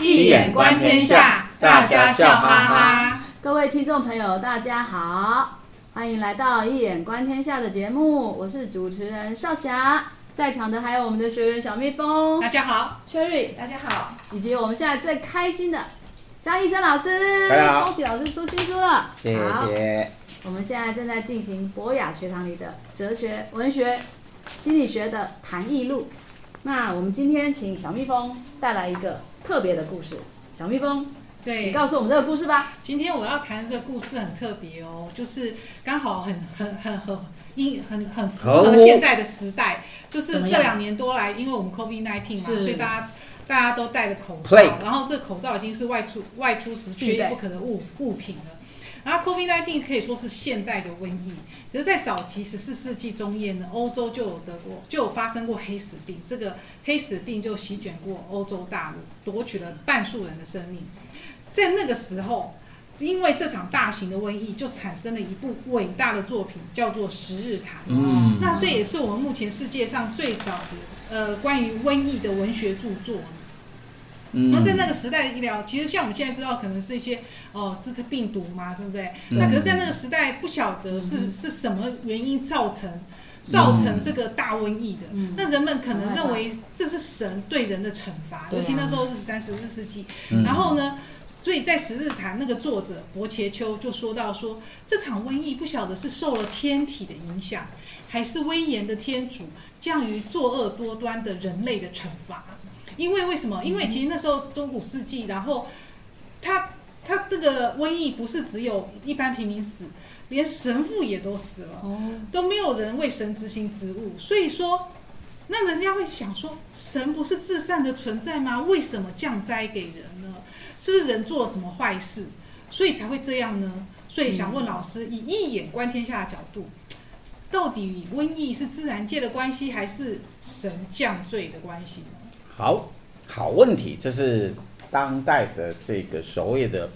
一眼观天下，大家笑哈哈。 各位听众朋友，大家好，欢迎来到一眼观天下的节目，我是主持人少霞，在场的还有我们的学员小蜜蜂， 大家好 Cherry， 大家好， 以及我们现在最开心的张医生老师， 大家好， 恭喜老师出新书了， 谢谢。 我们现在正在进行博雅学堂里的哲学、文学、心理学的谈艺录。那我们今天请小蜜蜂带来一个特别的故事。小蜜蜂，请告诉我们这个故事吧。 今天我要谈这个故事很特别哦，就是刚好很符合现在的时代，就是这2年多来，因为我们 COVID-19 嘛，所以大家都戴着口罩，然后这口罩已经是外出时缺一不可的物品了。然后 COVID-19 可以说是现代的瘟疫，可是，在早期14世纪中叶呢，欧洲就有发生过黑死病，这个黑死病就席卷过欧洲大陆，夺取了半数人的生命。在那个时候，因为这场大型的瘟疫，就产生了一部伟大的作品，叫做《十日谈》。那这也是我们目前世界上最早的关于瘟疫的文学著作。那在那个时代的医疗，其实像我们现在知道，可能是一些这病毒嘛，对不对？那可是，在那个时代，不晓得是什么原因造成这个大瘟疫的。那人们可能认为这是神对人的惩罚，尤其那时候是13、14世纪。然后呢，所以在《十日谈》那个作者伯切丘就说到说，这场瘟疫不晓得是受了天体的影响，还是威严的天主降于作恶多端的人类的惩罚。因为什么？因为其实那时候中古世纪，然后他这个瘟疫不是只有一般平民死，连神父也都死了，都没有人为神执行职务。所以说，那人家会想说，神不是至善的存在吗？为什么降灾给人呢？是不是人做了什么坏事，所以才会这样呢？所以想问老师，以一眼观天下的角度，到底瘟疫是自然界的关系，还是神降罪的关系呢？ 好问题，这是当代的这个所谓的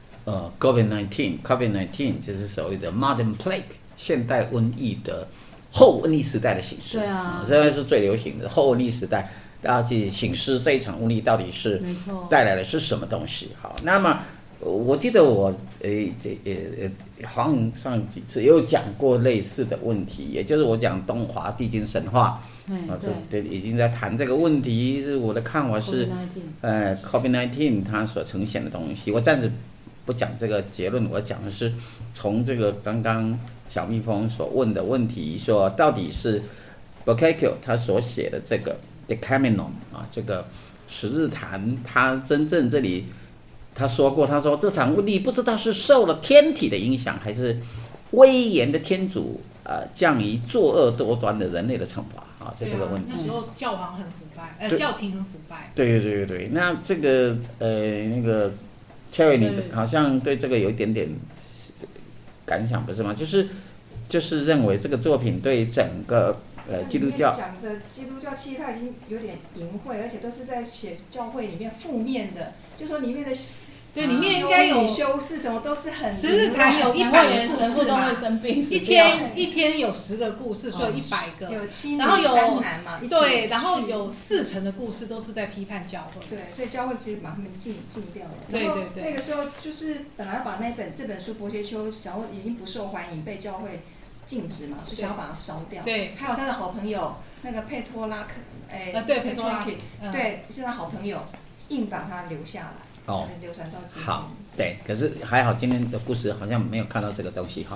COVID-19 就是所谓的 modern plague 现代瘟疫的后瘟疫时代的形式。 对啊， 现在是最流行的后瘟疫时代，大家去省思这一场瘟疫到底是带来的是什么东西。好，那么我记得我好像上几次也有讲过类似的问题，也就是我讲东华帝君神话。对，已经在谈这个问题，是我的看法是，COVID-19 它所呈现的东西，我暂时不讲这个结论，我讲的是从这个刚刚小蜜蜂所问的问题，说到底是 Boccaccio 他所写的这个 Decameron 啊，这个十日谈，他真正这里他说过，他说这场瘟疫不知道是受了天体的影响，还是威严的天主降于作恶多端的人类的惩罚。在这个问题， 那时候教皇很腐败，教廷很腐败。 对，那这个那个 Cherry 你好像对这个有一点点感想，不是吗？就是认为这个作品对整个基督教讲的基督教，其实它已经有点淫秽，而且都是在写教会里面负面的，就说里面的对，里面应该有修饰什么都是很。 十日谈有100个故事嘛，一天有10个故事，所以有100个。 有7女3男嘛， 对，然后有40%的故事都是在批判教会。 对，所以教会其实把他们禁掉了。 对。 那个时候就是本来要把这本书伯切丘想要已经不受欢迎，被教会禁止嘛，所以想要把它烧掉。 对。 还有他的好朋友那个佩托拉克， 对，佩托拉克， 对，是他好朋友，硬把他留下来。流传到今天。 好，对，可是还好今天的故事好像没有看到这个东西哈，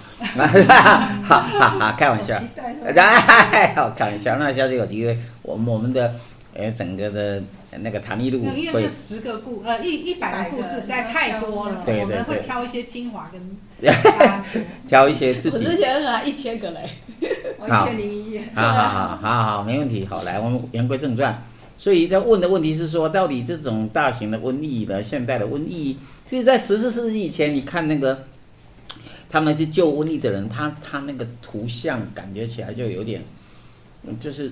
开玩笑，好开玩笑，那下次有机会我们的整个的那个谈艺录会， 因为这10个100个故事实在太多了，我们会挑一些精华跟挑一些自己。 我之前还1000个嘞 ，1001页。 好，没问题。好，来我们言归正传。所以他问的问题是说，到底这种大型的瘟疫呢，现代的瘟疫，其实在14世纪以前，你看那个他们去救瘟疫的人，他那个图像感觉起来就有点，就是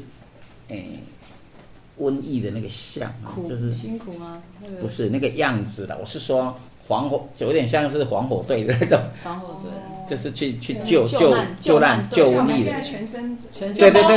瘟疫的那个像，就是辛苦吗？ 不是那个样子的，我是说就有点像是防火队的那种。 防火队。 就是去救难救瘟疫的， 全身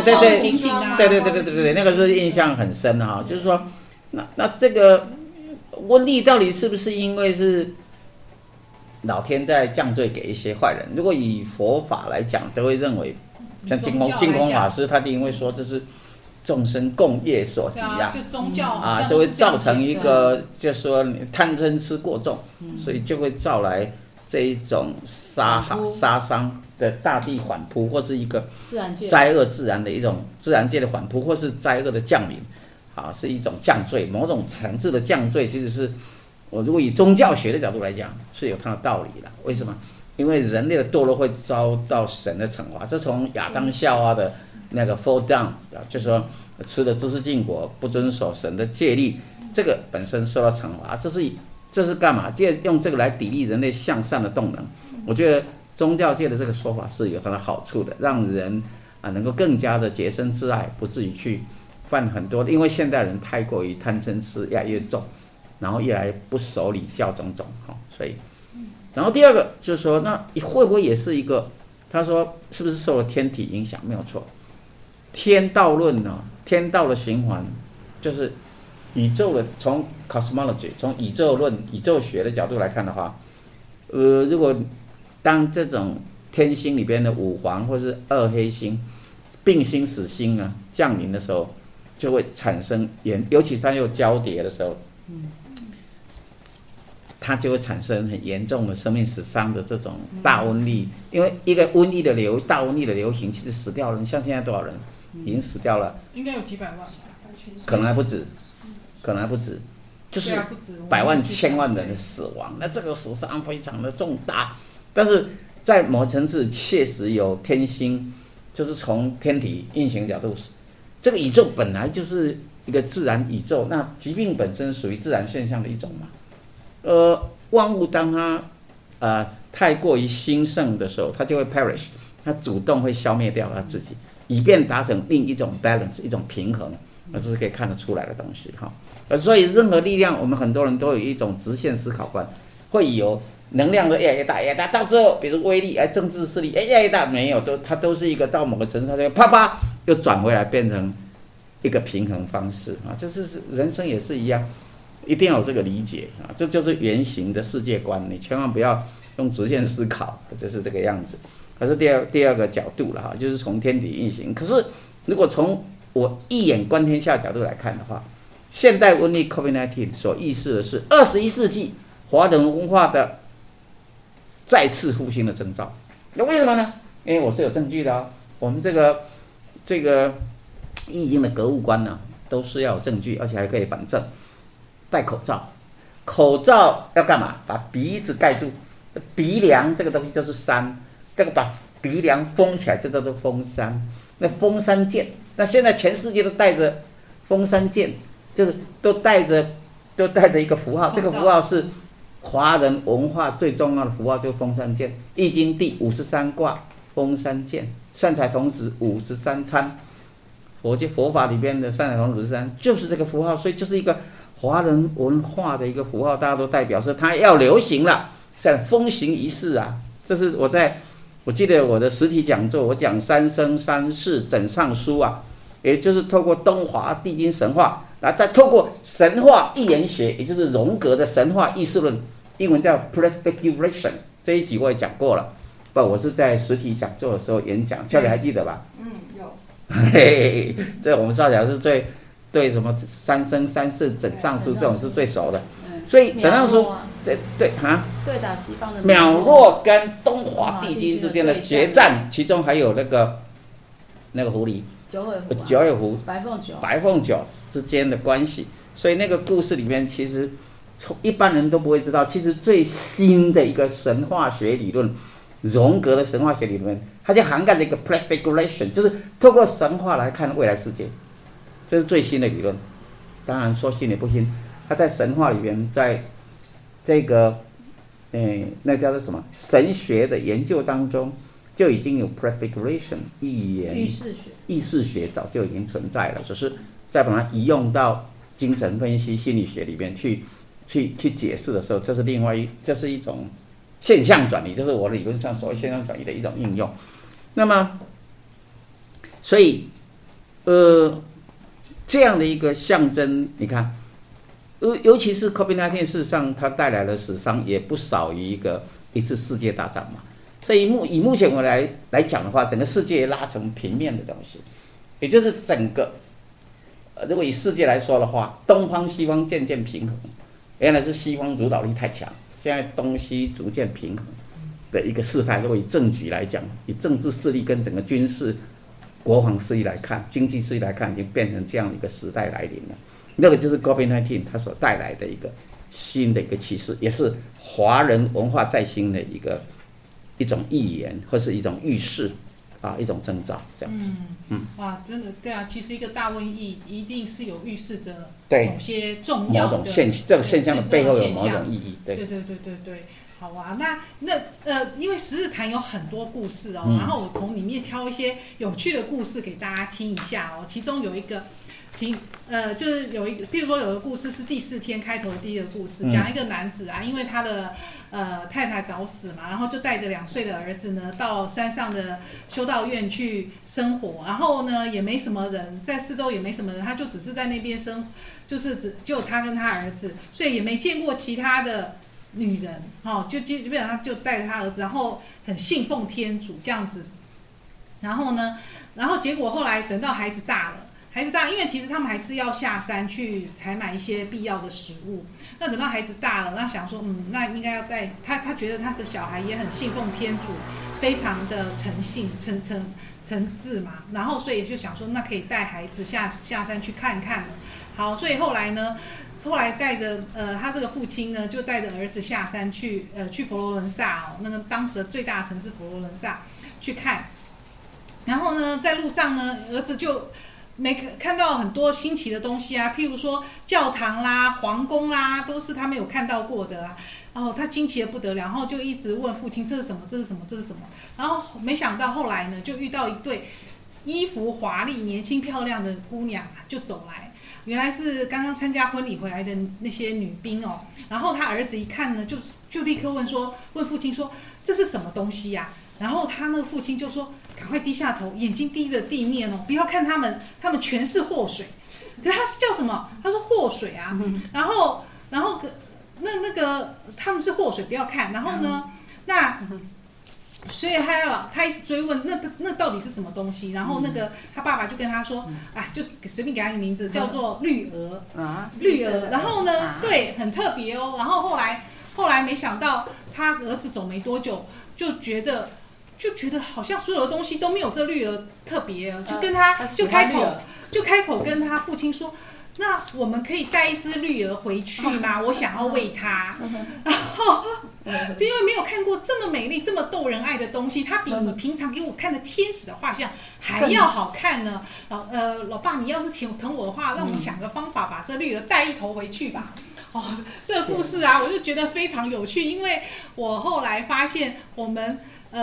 对，那个是印象很深的哈。就是说，那这个瘟疫到底是不是因为是老天在降罪给一些坏人？如果以佛法来讲，都会认为，像净空法师，他一定会说这是众生共业所及啊， 就宗教啊，所以会造成一个，就是说贪嗔痴过重，所以就会造来这一种杀伤的大地反扑，或是一个灾厄自然的一种自然界的反扑，或是灾厄的降临，啊，是一种降罪，某种层次的降罪，其实是我如果以宗教学的角度来讲，是有它的道理的。为什么？因为人类的堕落会遭到神的惩罚，这从亚当夏娃的那个 fall down， 就是说吃了知识禁果，不遵守神的戒律，这个本身受到惩罚，这是干嘛？用这个来砥砺人类向善的动能。我觉得宗教界的这个说法是有它的好处的，让人能够更加的洁身自爱，不至于去犯很多，因为现代人太过于贪嗔痴越来越重，然后越来越不守礼教种种，所以，然后第二个就是说，那会不会也是一个？他说是不是受了天体影响？没有错，天道论呢，天道的循环就是宇宙的，从 cosmology 从宇宙论、宇宙学的角度来看的话，如果当这种天星里边的五黄或是二黑星、并星、死星啊降临的时候，就会产生尤其它又交叠的时候，它就会产生很严重的生命死伤的这种大瘟疫。因为一个大瘟疫的流行，其实死掉人，像现在多少人已经死掉了？ 应该有几百万， 可能还不止，就是百万、千万人的死亡。那这个死伤非常的重大，但是在某层次确实有天星，就是从天体运行角度，这个宇宙本来就是一个自然宇宙，那疾病本身属于自然现象的一种嘛。万物当它太过于兴盛的时候，它就会 perish， 它主动会消灭掉它自己，以便达成另一种 balance， 一种平衡，这是可以看得出来的东西哈。所以任何力量，我们很多人都有一种直线思考观，会有能量的越来越大，越来越大，到最后，比如威力、政治势力，越来越大，没有，它都是一个到某个层次，它就啪啪又转回来，变成一个平衡方式啊。这是人生也是一样，一定要有这个理解啊，这就是圆形的世界观，你千万不要用直线思考，就是这个样子。可是第二个角度了哈，就是从天体运行。可是如果从我一眼观天下角度来看的话，现代瘟疫 COVID-19 所预示的是21世纪华人文化的再次复兴的征兆。那为什么呢？因为我是有证据的哦。我们这个易经的格物观呢，都是要有证据，而且还可以反证。戴口罩，口罩要干嘛？把鼻子盖住，鼻梁这个东西就是山，这个把鼻梁封起来，这叫做封山。那封山剑，那现在全世界都带着封山剑，就是都带着一个符号，这个符号是华人文化最重要的符号，就是封山剑。易经第53卦，封山剑，善财童子53参，佛法里边的善财童子53就是这个符号，所以就是一个华人文化的一个符号，大家都代表是它要流行了，像风行一世啊。这是我记得我的实体讲座，我讲三生三世枕上书啊，也就是透过东华帝经神话，然后再透过神话预言学，也就是荣格的神话意识论，英文叫 prefiguration， 这一集我也讲过了。我是在实体讲座的时候演讲，俏丽还记得吧？ 有。 嘿，这我们少讲是最对什么三生三世枕上书这种是最熟的，所以枕上书对打西方的秒弱跟东华帝君之间的决战，其中还有那个狐狸九尾狐白凤九之间的关系，所以那个故事里面其实一般人都不会知道，其实最新的一个神话学理论，荣格的神话学理论，它就涵盖了一个 prefiguration， 就是透过神话来看未来世界。这是最新的理论，当然说信也不信，它在神话里面，在这个那叫做什么神学的研究当中，就已经有 prefiguration 意识学早就已经存在了，只是再把它移用到精神分析心理学里面去解释的时候，这是一种现象转移，这是我的理论上所谓现象转移的一种应用。那么，所以这样的一个象征，你看， 尤其是 COVID-19， 事实上它带来的死伤也不少于一次世界大战嘛。所以以目前我来讲的话，整个世界拉成平面的东西，也就是整个如果以世界来说的话，东方西方渐渐平衡。原来是西方主导力太强，现在东西逐渐平衡的一个事态。如果以政局来讲，以政治势力跟整个军事、国防势力来看，经济势力来看，已经变成这样的一个时代来临了。那个就是 COVID-19 它所带来的一个新的一个趋势，也是华人文化再兴的一种预言或是一种预示啊，一种征兆，这样子。 哇，真的对啊，其实一个大瘟疫一定是有预示着某些重要的这个现象的背后有某种意义。 对。好啊，因为十日谈有很多故事哦，然后我从里面挑一些有趣的故事给大家听一下哦。其中有一个，就是有一个，譬如说有个故事是第4天开头的第一个故事，讲一个男子啊，因为他的太太早死嘛，然后就带着2岁的儿子呢到山上的修道院去生活，然后呢也没什么人，在四周也没什么人，他就只是在那边就是就他跟他儿子，所以也没见过其他的女人，就基本上就带着他儿子，然后很信奉天主这样子，然后结果后来等到孩子大了，因为其实他们还是要下山去采买一些必要的食物。那等到孩子大了，那想说，那应该要带他觉得他的小孩也很信奉天主，非常的诚信、诚挚嘛。然后所以就想说，那可以带孩子下山去看看了。好，所以后来带着他这个父亲呢，就带着儿子下山去佛罗伦萨哦，那个当时的最大城市佛罗伦萨去看。然后呢，在路上呢，儿子就看到很多新奇的东西啊，譬如说教堂啦、皇宫啦，都是他没有看到过的啊。然后他惊奇的不得了，然后就一直问父亲这是什么，这是什么，这是什么。然后没想到后来呢，就遇到一对衣服华丽、年轻漂亮的姑娘就走来。原来是刚刚参加婚礼回来的那些女兵哦。然后他儿子一看呢，就立刻问父亲说这是什么东西呀？然后他那个父亲就说赶快低下头，眼睛低着地面哦，不要看他们全是祸水。可是他是叫什么？他说祸水啊。然后那个他们是祸水，不要看。然后呢，所以他一直追问那到底是什么东西？然后他爸爸就跟他说，就是随便给他一个名字，叫做绿鹅啊，绿鹅。然后呢，对，很特别哦。然后后来没想到他儿子走没多久，就觉得好像所有的东西都没有这绿鹅特别，就开口跟他父亲说。那我们可以带一只绿鹅回去吗？我想要喂它。然后，就因为没有看过这么美丽、这么逗人爱的东西，它比你平常给我看的天使的画像还要好看呢。老爸，你要是疼我的话，让我想个方法把这绿鹅带一头回去吧。这个故事啊，我就觉得非常有趣，因为我后来发现我们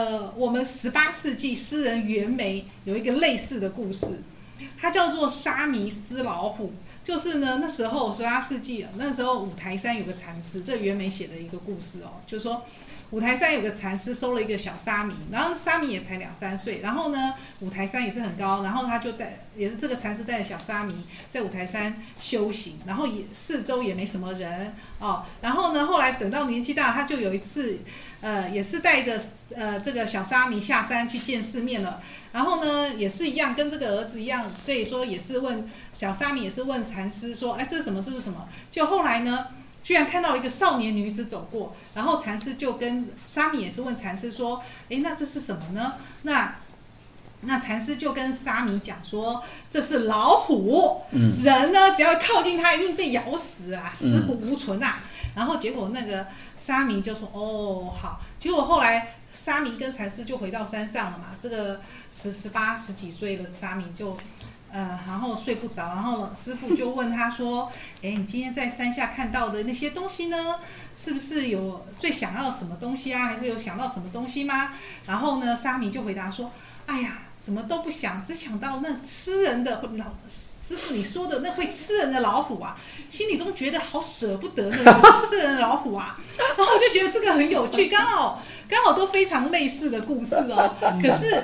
18世纪诗人袁枚有一个类似的故事，它叫做沙弥思老虎。就是呢，那时候18世纪，那时候五台山有个禅师，这袁枚写的一个故事哦，就是说五台山有个禅师收了一个小沙弥，然后沙弥也才2-3岁，然后呢五台山也是很高，然后他就也是这个禅师带着小沙弥在五台山修行，然后四周也没什么人哦，然后呢后来等到年纪大，他就有一次也是带着这个小沙弥下山去见世面了。然后呢，也是一样，跟这个儿子一样，所以说也是问小沙弥，也是问禅师说，这是什么？这是什么？就后来呢，居然看到一个少年女子走过，然后禅师就跟沙弥也是问禅师说，那这是什么呢？那禅师就跟沙弥讲说，这是老虎，人呢只要靠近它，一定被咬死啊，尸骨无存啊。然后结果那个沙弥就说，好。结果后来沙弥跟禅师就回到山上了嘛，这个18、10几岁的沙弥就然后睡不着，然后师父就问他说，你今天在山下看到的那些东西呢，是不是有最想要什么东西啊？还是有想到什么东西吗？然后呢，沙弥就回答说，什么都不想，只想到那吃人的师父你说的那会吃人的老虎啊，心里都觉得好舍不得那个吃人的老虎啊。然后我就觉得这个很有趣，刚好都非常类似的故事哦。可是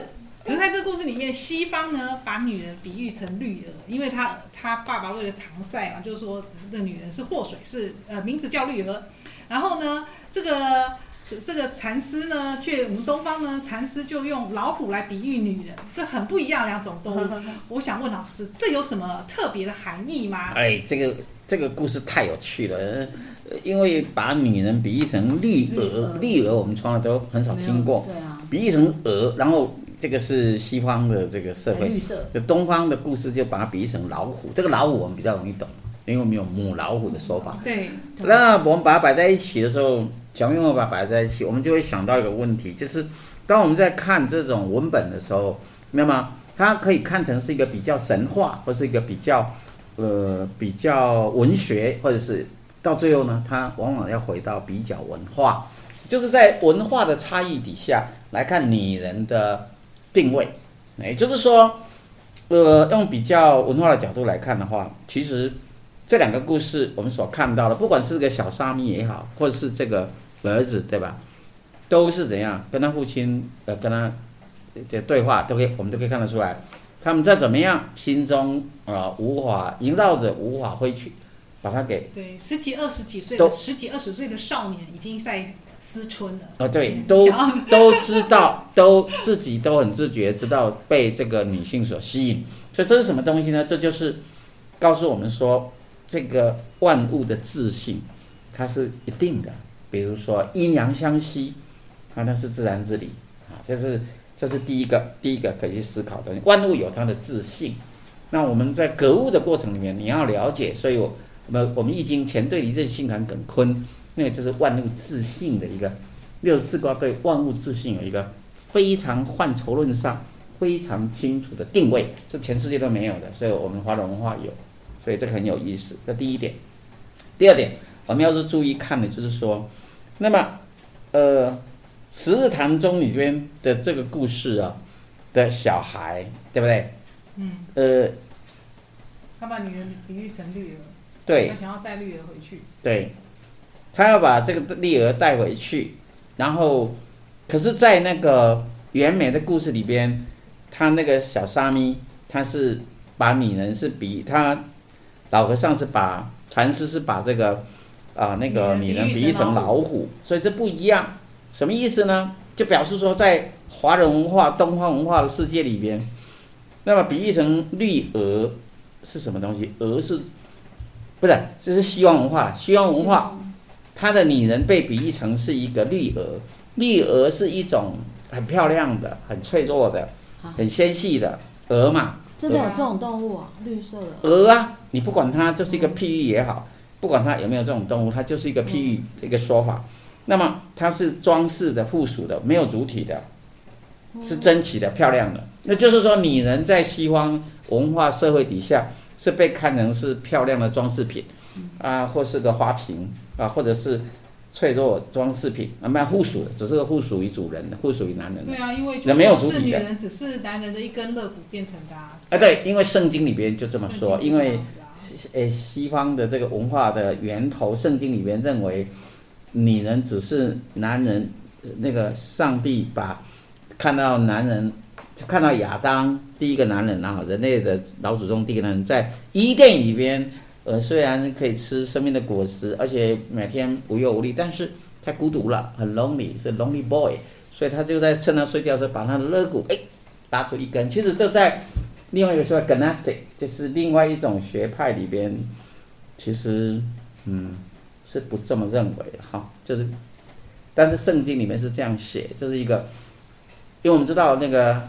可是在这个故事里面，西方呢把女人比喻成绿蛾，因为他爸爸为了搪塞嘛，就是说这女人是祸水，是名字叫绿蛾。然后呢，这个禅师呢，我们东方呢，禅师就用老虎来比喻女人，这很不一样两种动物。我想问老师，这有什么特别的含义吗？ 哎，这个故事太有趣了，因为把女人比喻成绿蛾，我们从来都很少听过。 对啊， 比喻成蛾，然后这个是西方的这个社会，东方的故事就把它比喻成老虎。这个老虎我们比较容易懂，因为我们有母老虎的说法。 对。 那我们把它摆在一起的时候，小明我把它摆在一起，我们就会想到一个问题，就是当我们在看这种文本的时候，那么它可以看成是一个比较神话，或是一个比较文学，或者是到最后呢，它往往要回到比较文化，就是在文化的差异底下来看女人的定位。也就是说，用比较文化的角度来看的话，其实这两个故事我们所看到的，不管是个小沙弥也好，或者是这个儿子，对吧？都是怎样跟他父亲跟他的对话，我们都可以看得出来，他们再怎么样，心中无法萦绕着，无法挥去，把他给对十几二十岁的少年已经在思春了。 对，都知道，自己都很自觉，知道被这个女性所吸引。所以这是什么东西呢？这就是告诉我们说，这个万物的自性，它是一定的。比如说阴阳相吸，那是自然之理啊，这是第一个可以去思考的。万物有它的自性，那我们在格物的过程里面，你要了解。所以我们易经乾兑离震巽坎艮坤，那个就是万物自性的一个64卦，对万物自性有一个非常范畴论上非常清楚的定位，这全世界都没有的，所以我们华人文化有，所以这个很有意思。这第一点。第二点，我们要是注意看的就是说，那么十日谈中里边的这个故事啊的小孩，对不对？ 他把女人比喻成绿蛾， 对， 他想要带绿蛾回去， 对，他要把这个绿蛾带回去，然后，可是，在那个袁枚的故事里边，他那个小沙弥，他是把女人是比他老和尚是把禅师是把这个那个女人比喻成老虎，所以这不一样。什么意思呢？就表示说，在华人文化、东方文化的世界里边，那么比喻成绿蛾是什么东西？蛾是，不是？这是西方文化。西方文化，它的女人被比喻成是一个绿蛾。绿蛾是一种很漂亮的、很脆弱的、很纤细的蛾嘛。 真的有这种动物啊？绿色的蛾啊，你不管它就是一个譬喻也好，不管它有没有这种动物，它就是一个譬喻的一个说法。那么它是装饰的、附属的，没有主体的，是珍奇的、漂亮的。那就是说，女人在西方文化社会底下是被看成是漂亮的装饰品或是个花瓶或者是脆弱装饰品没有附属的，只是附属于主人的，附属于男人的。 对啊，因为没有主体的， 是女人只是男人的一根肋骨变成的对，因为圣经里边就这么说，因为西方的这个文化的源头，圣经里边认为女人只是男人，那个上帝看到男人，看到亚当第一个男人人类的老祖宗第一个男人在伊甸里边，虽然可以吃生命的果实，而且每天无忧无虑，但是太孤独了，很 lonely， 是 lonely boy， 所以他就在趁他睡觉的时候把他的肋骨拉出一根。其实这在另外一个说 Gnostic， 就是另外一种学派里边，其实是不这么认为的就是，但是圣经里面是这样写，这是一个，因为我们知道那个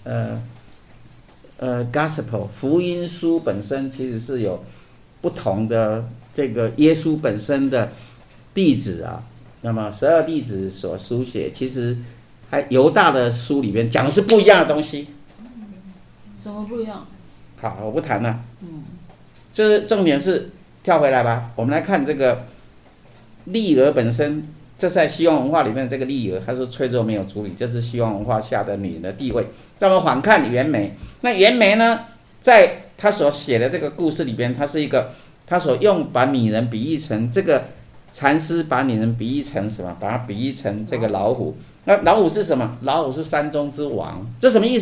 Gospel 福音书本身其实是有不同的这个耶稣本身的弟子那么12弟子所书写，其实还犹大的书里面讲的是不一样的东西。 什么不一样？ 好，我不谈了。就是重点是跳回来吧，我们来看这个丽娥本身，这在西方文化里面的这个丽娥，它是脆弱没有主理，这是西方文化下的女人的地位。再我们反看袁枚，那袁枚呢，在他所写的这个故事里边，他是一个，他所用把女人比喻成这个禅师把女人比喻成什么？把它比喻成这个老虎。那老虎是什么？老虎是山中之王。这什么意思？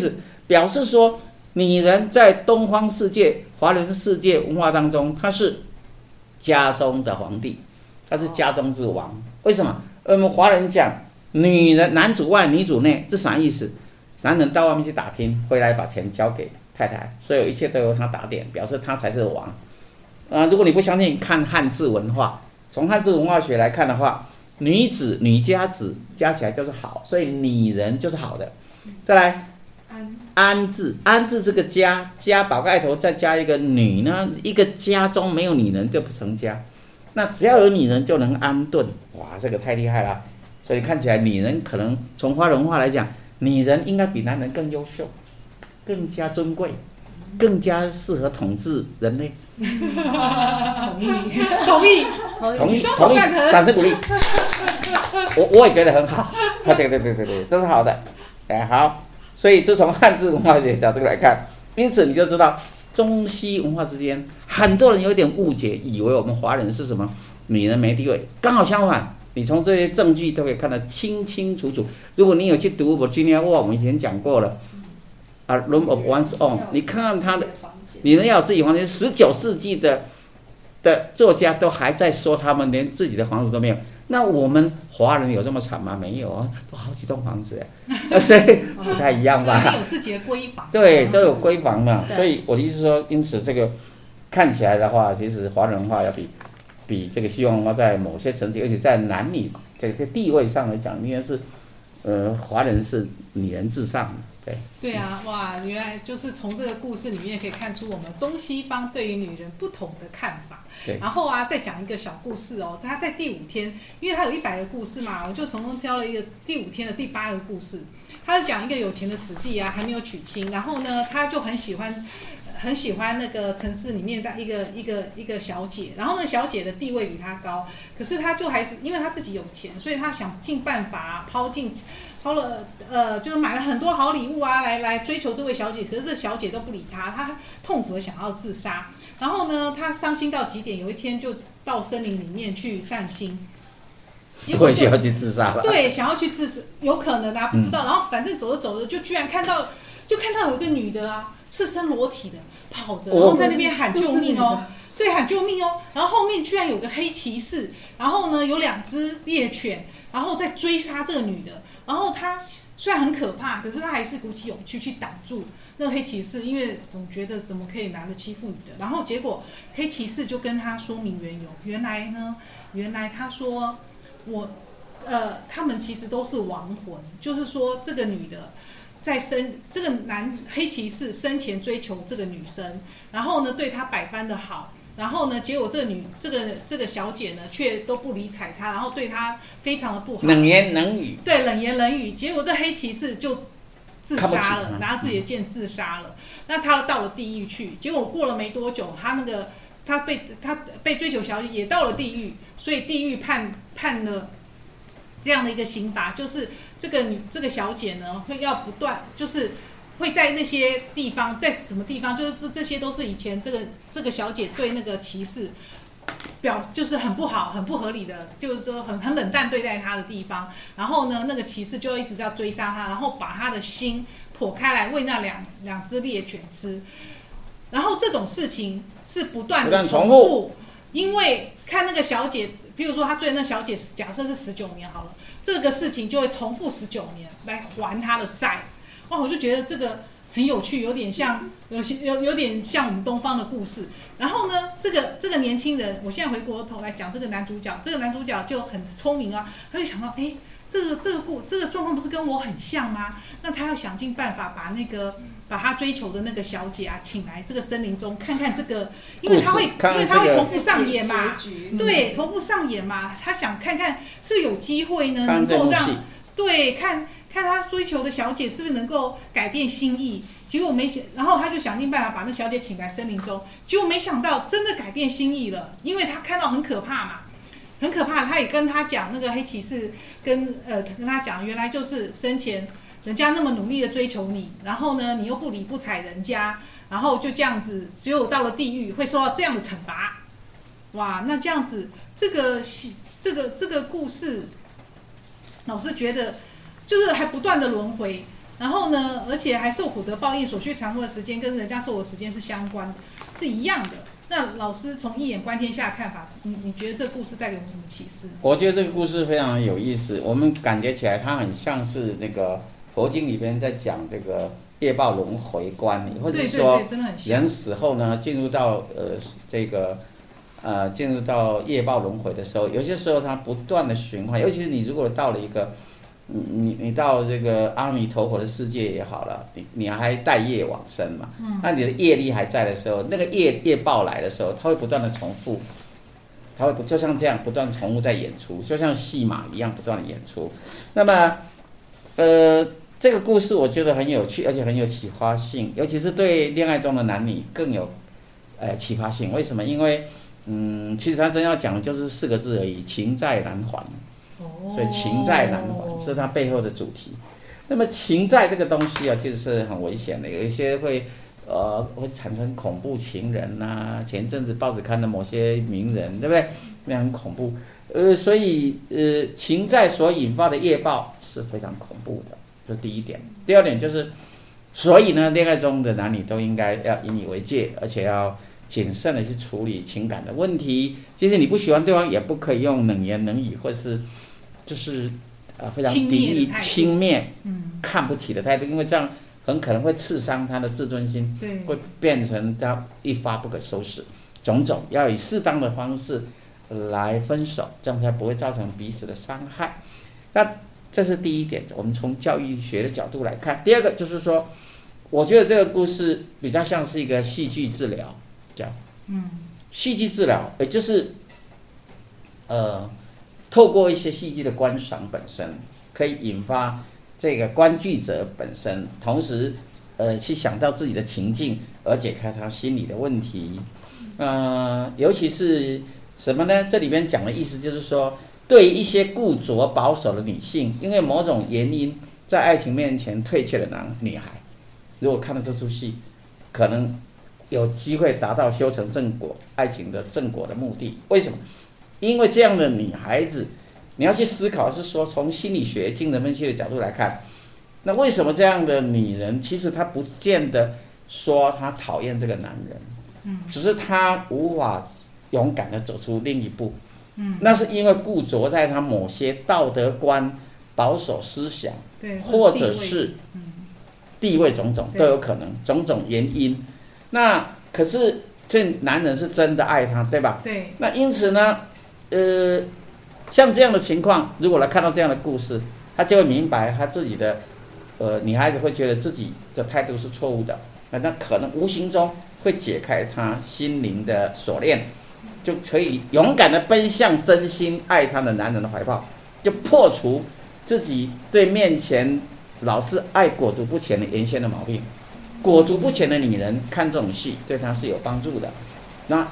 表示说女人在东方世界、华人世界文化当中，她是家中的皇帝，她是家中之王。为什么？我们华人讲女人男主外女主内，这啥意思？男人到外面去打拼，回来把钱交给太太，所有一切都由他打点，表示他才是王。如果你不相信，看汉字文化，从汉字文化学来看的话，女子、女家子加起来就是好，所以女人就是好的。再来，安字，安字这个家，家宝盖头再加一个女呢，一个家中没有女人就不成家。那只要有女人就能安顿，哇，这个太厉害了。所以看起来女人可能从华人文化来讲，女人应该比男人更优秀，更加尊贵，更加适合统治人类。 同意，双手赞成， 掌声鼓励。我也觉得很好，对，这是好的。好，所以这从汉字文化学角度来看，因此你就知道中西文化之间，很多人有点误解，以为我们华人是什么女人没地位，刚好相反。你从这些证据都可以看得清清楚楚。如果你有去读 Virginia Woolf， 我们以前讲过了，A Room of One's Own， 你看看他的，女人要有自己房间。19世纪的作家都还在说他们连自己的房子都没有。那我们华人有这么惨吗？没有啊，都好几栋房子所以不太一样吧？ 有自己的闺房。 对，都有闺房嘛。所以我的意思是说，因此这个看起来的话，其实华人文化要比这个西方文化在某些层级，而且在男女这个地位上来讲，应该是华人是女人至上的。 对啊，哇，原来就是从这个故事里面可以看出我们东西方对于女人不同的看法。然后再讲一个小故事哦，他在第5天，因为他有100个故事嘛，我就从中挑了一个第5天的第8个故事。他是讲一个有钱的子弟还没有娶亲，然后呢，他就很喜欢那个城市里面的一个小姐，然后那个小姐的地位比他高，可是他就还是因为他自己有钱，所以他想尽办法抛了就是买了很多好礼物来追求这位小姐，可是这小姐都不理他，他痛苦的想要自杀。然后呢，他伤心到极点，有一天就到森林里面去散心。 我想要去自杀了。 对，想要去自杀，有可能不知道。然后反正走着走着，就居然看到有一个女的赤身裸体的跑着，然后在那边喊救命哦，对，喊救命哦。然后后面居然有个黑骑士，然后呢有2只猎犬，然后在追杀这个女的。然后他虽然很可怕，可是他还是鼓起勇气去挡住那个黑骑士，因为总觉得怎么可以男的欺负女的。然后结果黑骑士就跟他说明缘由，原来他说他们其实都是亡魂，就是说这个女的这个黑骑士生前追求这个女生，然后呢对她百般的好，然后呢结果这个小姐呢却都不理睬她，然后对她非常的不好， 冷言冷语。 对，冷言冷语。结果这黑骑士就自杀了，拿自己的剑自杀了。那他到了地狱去，结果过了没多久，他被追求小姐也到了地狱，所以地狱判了这样的一个刑罚，就是这个小姐呢会要不断，就是会在那些地方，在什么地方，就是这些都是以前这个小姐对那个骑士就是很不好、很不合理的，就是说很冷淡对待他的地方。然后呢，那个骑士就一直要追杀他，然后把他的心剖开来喂那两只猎犬吃。然后这种事情是不断的重复，因为看那个小姐，比如说他追那小姐，假设是19年好了，这个事情就会重复19年来还他的债。哇，我就觉得这个很有趣，有点像有点像我们东方的故事。然后呢，这个年轻人，我现在回过头来讲这个男主角，这个男主角就很聪明啊，他就想到，这个状况不是跟我很像吗？那他要想尽办法把他追求的那个小姐请来这个森林中看看这个，因为他会重复上演嘛，对，重复上演嘛，他想看看是不是有机会呢，能够让看他追求的小姐是不是能够改变心意。结果然后他就想尽办法把那小姐请来森林中，结果没想到真的改变心意了，因为他看到很可怕嘛，很可怕。他也跟他讲，那个黑骑士跟他讲，原来就是生前人家那么努力的追求你，然后呢你又不理不睬人家，然后就这样子，只有到了地狱会受到这样的惩罚。哇，那这样子这个故事，老师觉得就是还不断的轮回。 然后呢，而且还受苦得报应，所需偿付的时间跟人家受的时间是相关的，是一样的。那老师从一眼观天下的看法，你觉得这个故事带给我们什么启示？ 我觉得这个故事非常有意思，我们感觉起来它很像是那个佛经里边在讲这个业报轮回观，或者是说人死后呢，进入到进入到业报轮回的时候，有些时候它不断的循环，尤其是你如果到了一个你到这个阿弥陀佛的世界也好了，你还带业往生嘛，那你的业力还在的时候，那个业报来的时候，它会不断的重复，它会就像这样不断重复在演出，就像戏码一样不断的演出。那么这个故事我觉得很有趣，而且很有启发性，尤其是对恋爱中的男女更有启发性。为什么？因为其实他真要讲的就是4个字而已，情债难还。所以情债难还是它背后的主题。那么情债这个东西啊，就是很危险的，有一些会产生恐怖情人呐、前阵子报纸看的某些名人，对不对？那很恐怖。所以情债所引发的业报是非常恐怖的，这第一点。第二点就是，所以呢，恋爱中的男女都应该要引以为戒，而且要谨慎的去处理情感的问题。即使你不喜欢对方，也不可以用冷言冷语或是就是非常敌意、轻蔑、看不起的态度，因为这样很可能会刺伤他的自尊心，会变成他一发不可收拾。种种要以适当的方式来分手，这样才不会造成彼此的伤害。那这是第一点，我们从教育学的角度来看。第二个就是说，我觉得这个故事比较像是一个戏剧治疗，这样，戏剧治疗，也就是透过一些戏剧的观赏本身，可以引发这个观剧者本身，同时去想到自己的情境，而解开他心理的问题。尤其是什么呢？这里边讲的意思就是说，对于一些固着保守的女性，因为某种原因在爱情面前退却的女孩，如果看到这出戏，可能有机会达到修成正果、爱情的正果的目的。为什么？因为这样的女孩子，你要去思考，是说从心理学、精神分析的角度来看，那为什么这样的女人，其实她不见得说她讨厌这个男人，只是她无法勇敢地走出另一步，那是因为固着在她某些道德观、保守思想，或者是地位种种都有可能，种种原因。那可是这男人是真的爱她，对吧？ 对。 那因此呢，像这样的情况，如果来看到这样的故事，他就会明白他自己的，女孩子会觉得自己的态度是错误的，那可能无形中会解开他心灵的锁链，就可以勇敢地奔向真心爱他的男人的怀抱，就破除自己对面前老是爱裹足不前的原先的毛病。裹足不前的女人看这种戏，对她是有帮助的。那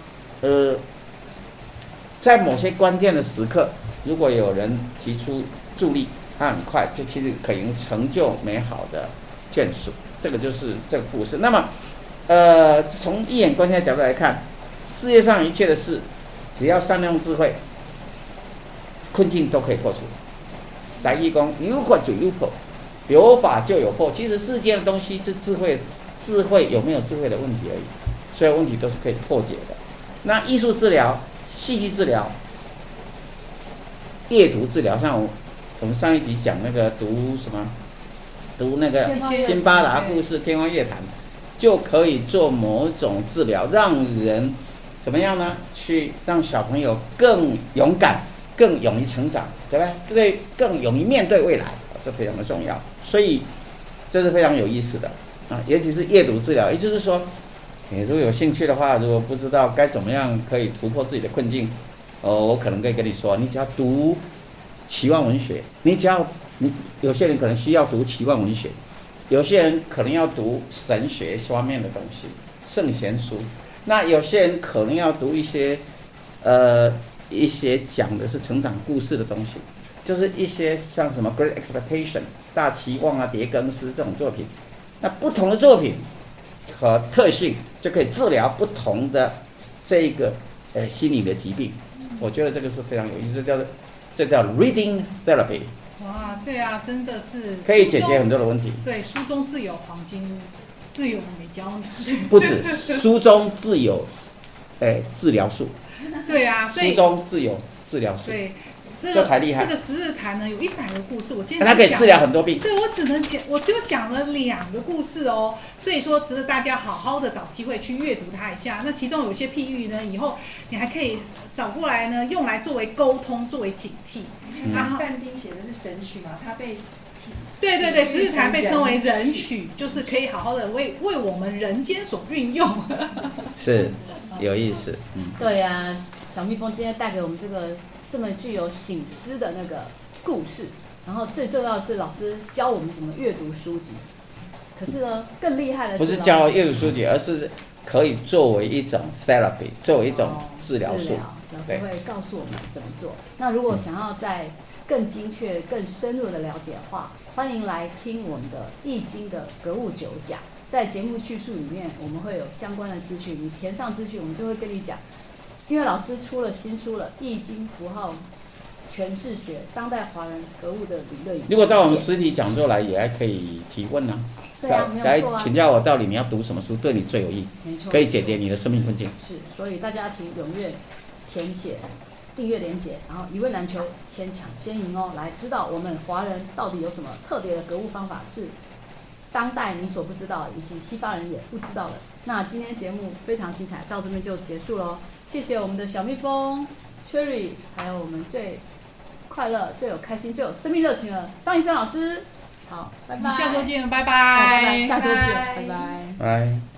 在某些关键的时刻，如果有人提出助力，他很快就其实可以成就美好的眷属。这个就是这个故事。那么，从一眼观天的角度来看，世界上一切的事，只要善用智慧，困境都可以破除。来义工有法就有破，有法就有破。其实世界的东西是智慧有没有智慧的问题而已，所有问题都是可以破解的。那艺术治疗、戏剧治疗、阅读治疗，像我们上一集讲那个读那个辛巴达故事《天方夜谭》，就可以做某种治疗，让人怎么样呢？去让小朋友更勇敢、更勇于成长，对吧？对，更勇于面对未来，这非常的重要。所以这是非常有意思的啊，尤其是阅读治疗，也就是说，你如果有兴趣的话，如果不知道该怎么样可以突破自己的困境，我可能可以跟你说，你只要读奇幻文学，你有些人可能需要读奇幻文学，有些人可能要读神学方面的东西，圣贤书，那有些人可能要读一些讲的是成长故事的东西，就是一些像什么 Great Expectation 大期望啊、狄更斯这种作品。那不同的作品和特性就可以治疗不同的这个心理的疾病。我觉得这个是非常有意思，这叫 reading therapy， 哇，对啊，真的是可以解决很多的问题。 对，书中自有黄金屋，自有美娇娘。 不止，书中自有，治疗术。 对啊，所以书中自有治疗术。 对。 这才厉害。 这个十日谈呢有100个故事，我今天它可以治疗很多病。 对，我只讲了2个故事哦，所以说值得大家好好的找机会去阅读它一下。那其中有些譬喻呢，以后你还可以找过来呢，用来作为沟通，作为警惕。 然后但丁写的是神曲嘛，他被对，十日谈被称为人曲，就是可以好好的为我们人间所运用。 是，有意思。 对呀，小蜜蜂今天带给我们这么具有省思的那个故事，然后最重要的是老师教我们怎么阅读书籍。可是呢，更厉害的是不是教阅读书籍，而是可以作为一种 therapy， 作为一种治疗术。 老师会告诉我们怎么做。那如果想要再更精确、更深入的了解的话，欢迎来听我们的《易经》的格物9讲。在节目叙述里面，我们会有相关的资讯，你填上资讯，我们就会跟你讲。因为老师出了新书了，《易经符号诠释学：当代华人格物的理论与实践》。 如果到我们实体讲座来，也还可以提问啊。 对啊，没有错啊。 来请教我到底你要读什么书，对你最有益， 没错， 可以解决你的生命困境。 是，所以大家请踊跃填写订阅连结，然后一问难求，先抢先赢哦！来知道我们华人到底有什么特别的格物方法是当代你所不知道，以及西方人也不知道的。那今天节目非常精彩，到这边就结束喽。谢谢我们的小蜜蜂 Cherry， 还有我们最快乐、最有开心、最有生命热情的张医生老师。好，拜拜。 下周见，拜拜。 拜拜，下周见，拜拜。 拜。